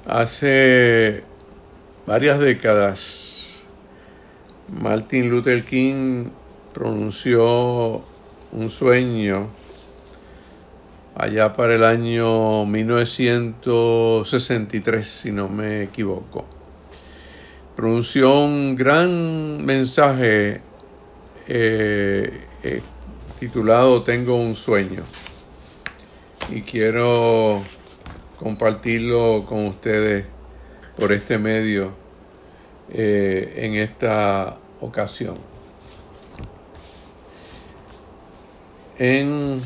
Hace varias décadas, Martin Luther King pronunció un sueño allá para el año 1963, si no me equivoco. Pronunció un gran mensaje titulado Tengo un sueño, y quiero compartirlo con ustedes por este medio en esta ocasión. En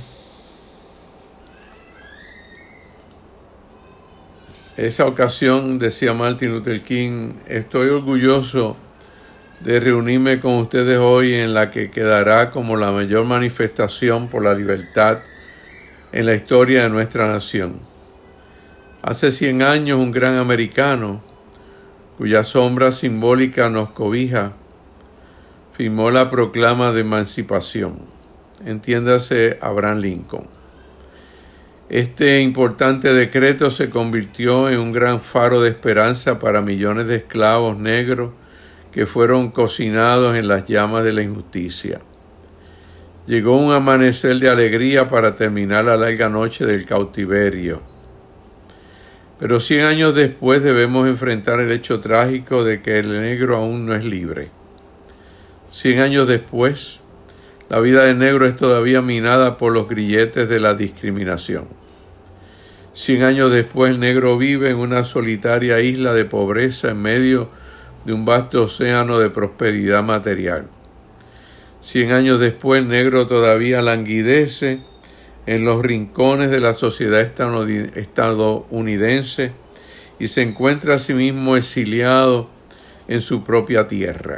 esa ocasión decía Martin Luther King: estoy orgulloso de reunirme con ustedes hoy en la que quedará como la mayor manifestación por la libertad en la historia de nuestra nación. Hace 100 años, un gran americano, cuya sombra simbólica nos cobija, firmó la proclama de emancipación. Entiéndase, Abraham Lincoln. Este importante decreto se convirtió en un gran faro de esperanza para millones de esclavos negros que fueron cocinados en las llamas de la injusticia. Llegó un amanecer de alegría para terminar la larga noche del cautiverio. Pero 100 años después debemos enfrentar el hecho trágico de que el negro aún no es libre. 100 años después, la vida del negro es todavía minada por los grilletes de la discriminación. 100 años después, el negro vive en una solitaria isla de pobreza en medio de un vasto océano de prosperidad material. 100 años después, el negro todavía languidece en los rincones de la sociedad estadounidense y se encuentra a sí mismo exiliado en su propia tierra.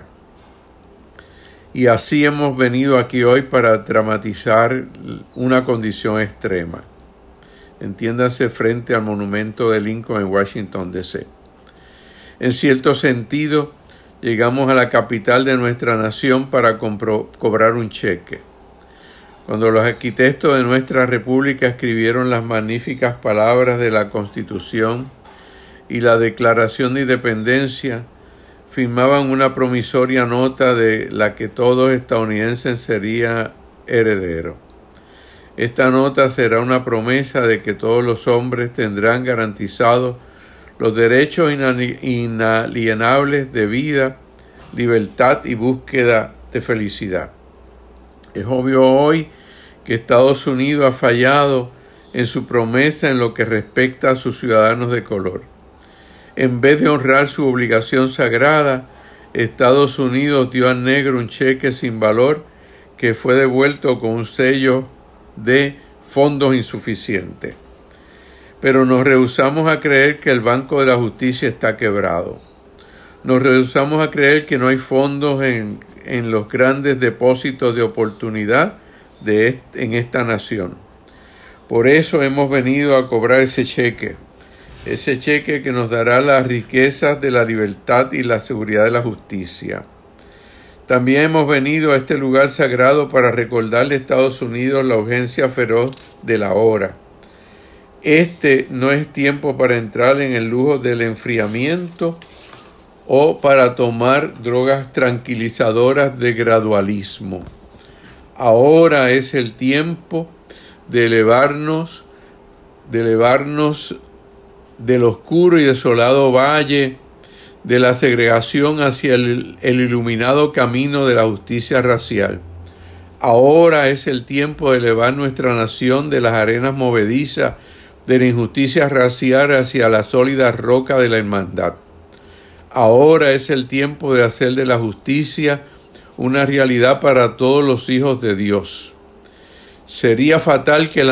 Y así hemos venido aquí hoy para dramatizar una condición extrema. Entiéndase, frente al monumento de Lincoln en Washington, D.C. En cierto sentido, llegamos a la capital de nuestra nación para cobrar un cheque. Cuando los arquitectos de nuestra república escribieron las magníficas palabras de la Constitución y la Declaración de Independencia, firmaban una promisoria nota de la que todo estadounidense sería heredero. Esta nota será una promesa de que todos los hombres tendrán garantizados los derechos inalienables de vida, libertad y búsqueda de felicidad. Es obvio hoy que Estados Unidos ha fallado en su promesa en lo que respecta a sus ciudadanos de color. En vez de honrar su obligación sagrada, Estados Unidos dio al negro un cheque sin valor que fue devuelto con un sello de fondos insuficientes. Pero nos rehusamos a creer que el Banco de la Justicia está quebrado. Nos rehusamos a creer que no hay fondos en los grandes depósitos de oportunidad en esta nación. Por eso hemos venido a cobrar ese cheque que nos dará las riquezas de la libertad y la seguridad de la justicia. También hemos venido a este lugar sagrado para recordarle a Estados Unidos la urgencia feroz de la hora. Este no es tiempo para entrar en el lujo del enfriamiento o para tomar drogas tranquilizadoras de gradualismo. Ahora es el tiempo de elevarnos del oscuro y desolado valle de la segregación hacia el iluminado camino de la justicia racial. Ahora es el tiempo de elevar nuestra nación de las arenas movedizas de la injusticia racial hacia la sólida roca de la hermandad. Ahora es el tiempo de hacer de la justicia una realidad para todos los hijos de Dios. Sería fatal que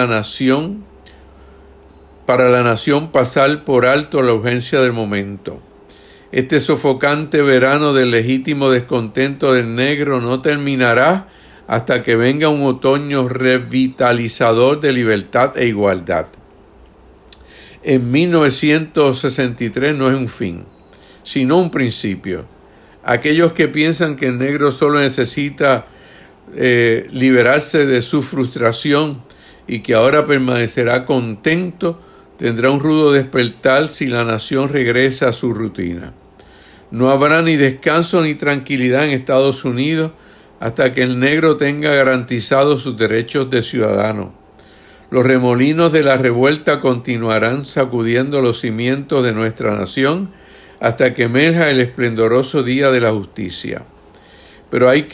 para la nación pasar por alto la urgencia del momento. Este sofocante verano del legítimo descontento del negro no terminará hasta que venga un otoño revitalizador de libertad e igualdad. En 1963 no es un fin, sino un principio. Aquellos que piensan que el negro solo necesita liberarse de su frustración y que ahora permanecerá contento, tendrá un rudo despertar si la nación regresa a su rutina. No habrá ni descanso ni tranquilidad en Estados Unidos hasta que el negro tenga garantizados sus derechos de ciudadano. Los remolinos de la revuelta continuarán sacudiendo los cimientos de nuestra nación hasta que emerja el esplendoroso día de la justicia. Pero hay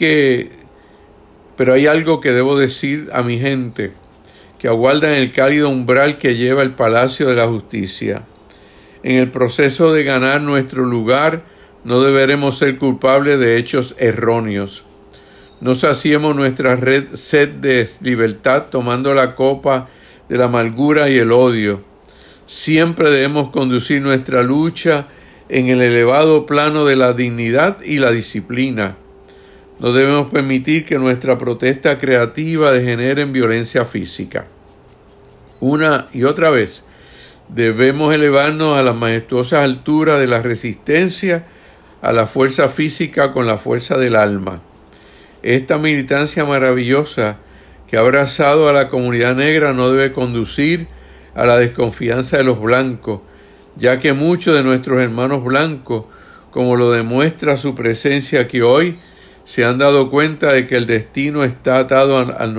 algo que debo decir a mi gente, que aguarda en el cálido umbral que lleva el Palacio de la Justicia. En el proceso de ganar nuestro lugar, no deberemos ser culpables de hechos erróneos. No saciemos nuestra sed de libertad tomando la copa de la amargura y el odio. Siempre debemos conducir nuestra lucha en el elevado plano de la dignidad y la disciplina. No debemos permitir que nuestra protesta creativa degenere en violencia física. Una y otra vez debemos elevarnos a las majestuosas alturas de la resistencia a la fuerza física con la fuerza del alma. Esta militancia maravillosa que ha abrazado a la comunidad negra no debe conducir a la desconfianza de los blancos, ya que muchos de nuestros hermanos blancos, como lo demuestra su presencia aquí hoy, se han dado cuenta de que su destino está atado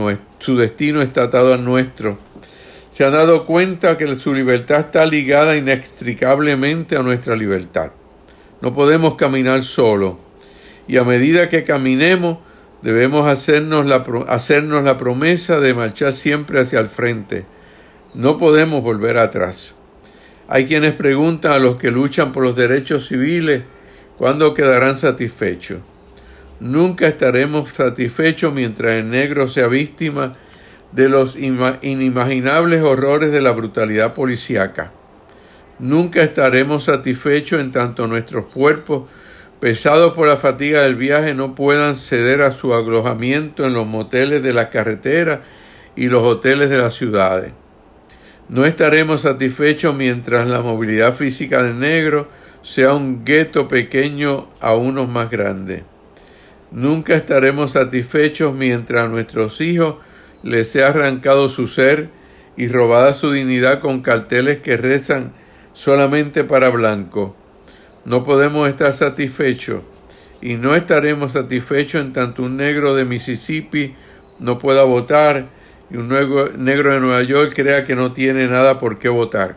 al nuestro. Se han dado cuenta que su libertad está ligada inextricablemente a nuestra libertad. No podemos caminar solos, y a medida que caminemos, debemos hacernos la promesa de marchar siempre hacia el frente. No podemos volver atrás. Hay quienes preguntan a los que luchan por los derechos civiles, ¿cuándo quedarán satisfechos? Nunca estaremos satisfechos mientras el negro sea víctima de los inimaginables horrores de la brutalidad policíaca. Nunca estaremos satisfechos en tanto nuestros cuerpos, pesados por la fatiga del viaje, no puedan ceder a su alojamiento en los moteles de las carreteras y los hoteles de las ciudades. No estaremos satisfechos mientras la movilidad física del negro sea un gueto pequeño a unos más grandes. Nunca estaremos satisfechos mientras a nuestros hijos les sea arrancado su ser y robada su dignidad con carteles que rezan solamente para blancos. No podemos estar satisfechos y no estaremos satisfechos en tanto un negro de Mississippi no pueda votar y un negro de Nueva York crea que no tiene nada por qué votar.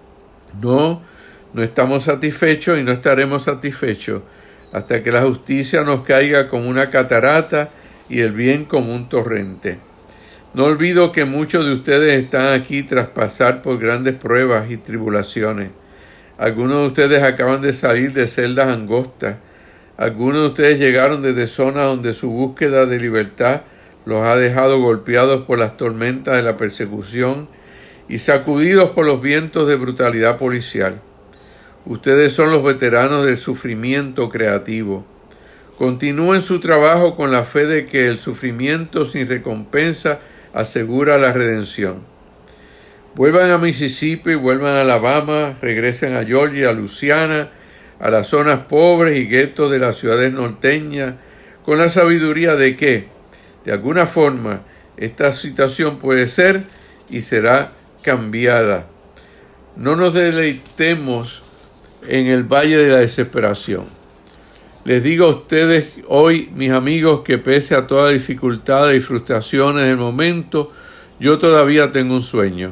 No estamos satisfechos y no estaremos satisfechos hasta que la justicia nos caiga como una catarata y el bien como un torrente. No olvido que muchos de ustedes están aquí tras pasar por grandes pruebas y tribulaciones. Algunos de ustedes acaban de salir de celdas angostas. Algunos de ustedes llegaron desde zonas donde su búsqueda de libertad los ha dejado golpeados por las tormentas de la persecución y sacudidos por los vientos de brutalidad policial. Ustedes son los veteranos del sufrimiento creativo. Continúen su trabajo con la fe de que el sufrimiento sin recompensa asegura la redención. Vuelvan a Mississippi, vuelvan a Alabama, regresen a Georgia, a Luisiana, a las zonas pobres y guetos de las ciudades norteñas, con la sabiduría de que, de alguna forma, esta situación puede ser y será cambiada. No nos deleitemos en el valle de la desesperación. Les digo a ustedes hoy, mis amigos, que pese a todas las dificultades y frustraciones del momento, yo todavía tengo un sueño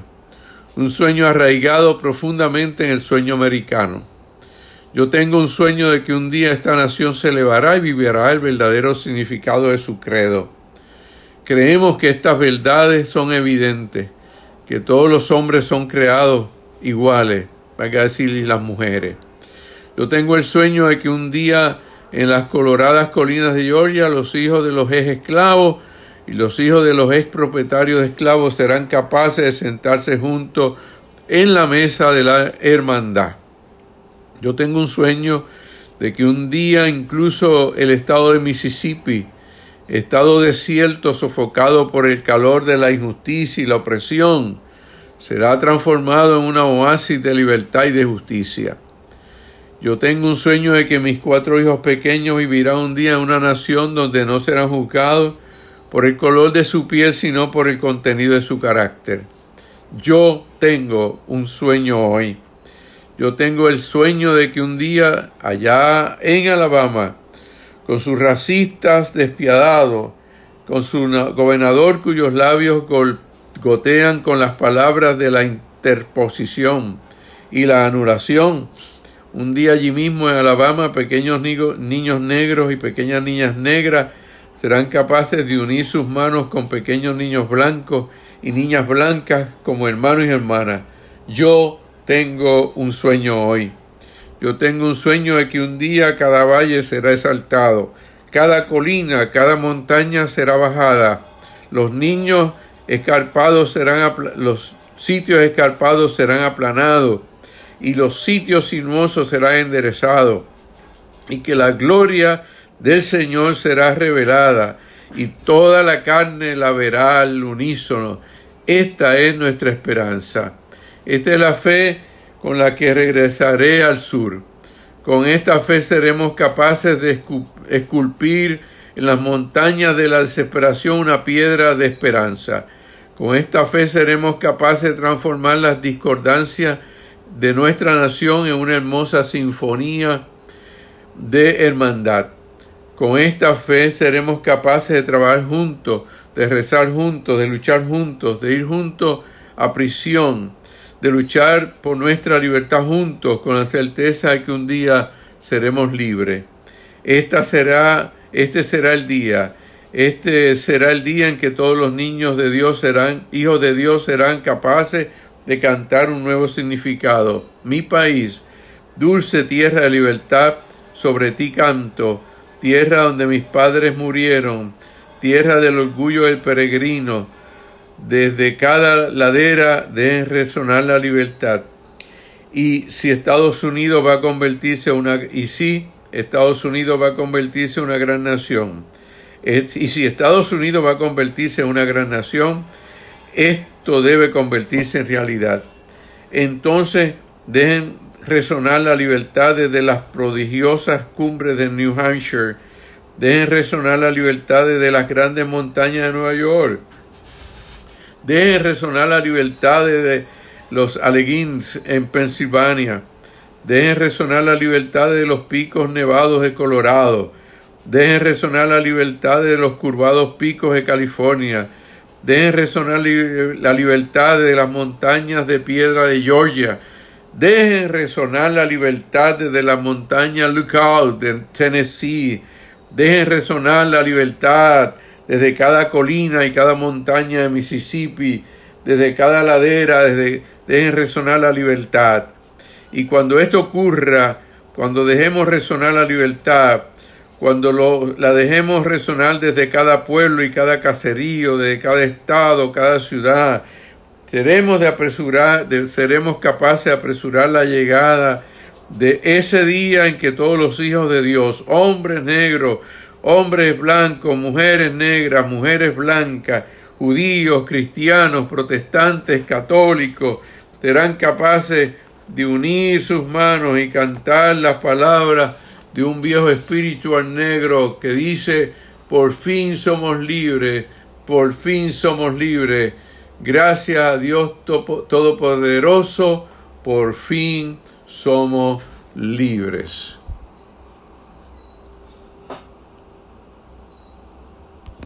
arraigado profundamente en el sueño americano. Yo tengo un sueño de que un día esta nación se elevará y vivirá el verdadero significado de su credo. Creemos que estas verdades son evidentes, que todos los hombres son creados iguales, para decirles las mujeres. Yo tengo el sueño de que un día en las coloradas colinas de Georgia los hijos de los ex esclavos y los hijos de los ex propietarios de esclavos serán capaces de sentarse juntos en la mesa de la hermandad. Yo tengo un sueño de que un día incluso el estado de Mississippi, estado desierto sofocado por el calor de la injusticia y la opresión, será transformado en una oasis de libertad y de justicia. Yo tengo un sueño de que mis 4 hijos pequeños vivirán un día en una nación donde no serán juzgados por el color de su piel, sino por el contenido de su carácter. Yo tengo un sueño hoy. Yo tengo el sueño de que un día allá en Alabama, con sus racistas despiadados, con su gobernador cuyos labios gotean con las palabras de la interposición y la anulación, un día allí mismo en Alabama, pequeños niños negros y pequeñas niñas negras serán capaces de unir sus manos con pequeños niños blancos y niñas blancas como hermanos y hermanas. Yo tengo un sueño hoy. Yo tengo un sueño de que un día cada valle será exaltado, cada colina, cada montaña será bajada, los sitios escarpados serán aplanados y los sitios sinuosos serán enderezados, y que la gloria del Señor será revelada y toda la carne la verá al unísono. Esta es nuestra esperanza. Esta es la fe con la que regresaré al sur. Con esta fe seremos capaces de esculpir en las montañas de la desesperación una piedra de esperanza. Con esta fe seremos capaces de transformar las discordancias de nuestra nación en una hermosa sinfonía de hermandad. Con esta fe seremos capaces de trabajar juntos, de rezar juntos, de luchar juntos, de ir juntos a prisión, de luchar por nuestra libertad juntos, con la certeza de que un día seremos libres. Este será el día en que todos los niños de Dios hijos de Dios serán capaces de cantar un nuevo significado. Mi país, dulce tierra de libertad, sobre ti canto, tierra donde mis padres murieron, tierra del orgullo del peregrino. Desde cada ladera debe resonar la libertad. Y si Estados Unidos va a convertirse en una gran nación, esto debe convertirse en realidad. Entonces dejen resonar la libertad desde las prodigiosas cumbres de New Hampshire. Dejen resonar la libertad desde las grandes montañas de Nueva York. Dejen resonar la libertad desde los Alleghenies en Pensilvania. Dejen resonar la libertad de los picos nevados de Colorado. Dejen resonar la libertad de los curvados picos de California. Dejen resonar la libertad de las montañas de piedra de Georgia. Dejen resonar la libertad desde la montaña Lookout de Tennessee. Dejen resonar la libertad desde cada colina y cada montaña de Mississippi, desde cada ladera, dejen resonar la libertad. Y cuando esto ocurra, cuando dejemos resonar la libertad, cuando la dejemos resonar desde cada pueblo y cada caserío, desde cada estado, cada ciudad, seremos capaces de apresurar la llegada de ese día en que todos los hijos de Dios, hombres negros, hombres blancos, mujeres negras, mujeres blancas, judíos, cristianos, protestantes, católicos, serán capaces de unir sus manos y cantar las palabras de un viejo espiritual negro que dice: por fin somos libres, por fin somos libres. Gracias a Dios Todopoderoso, por fin somos libres.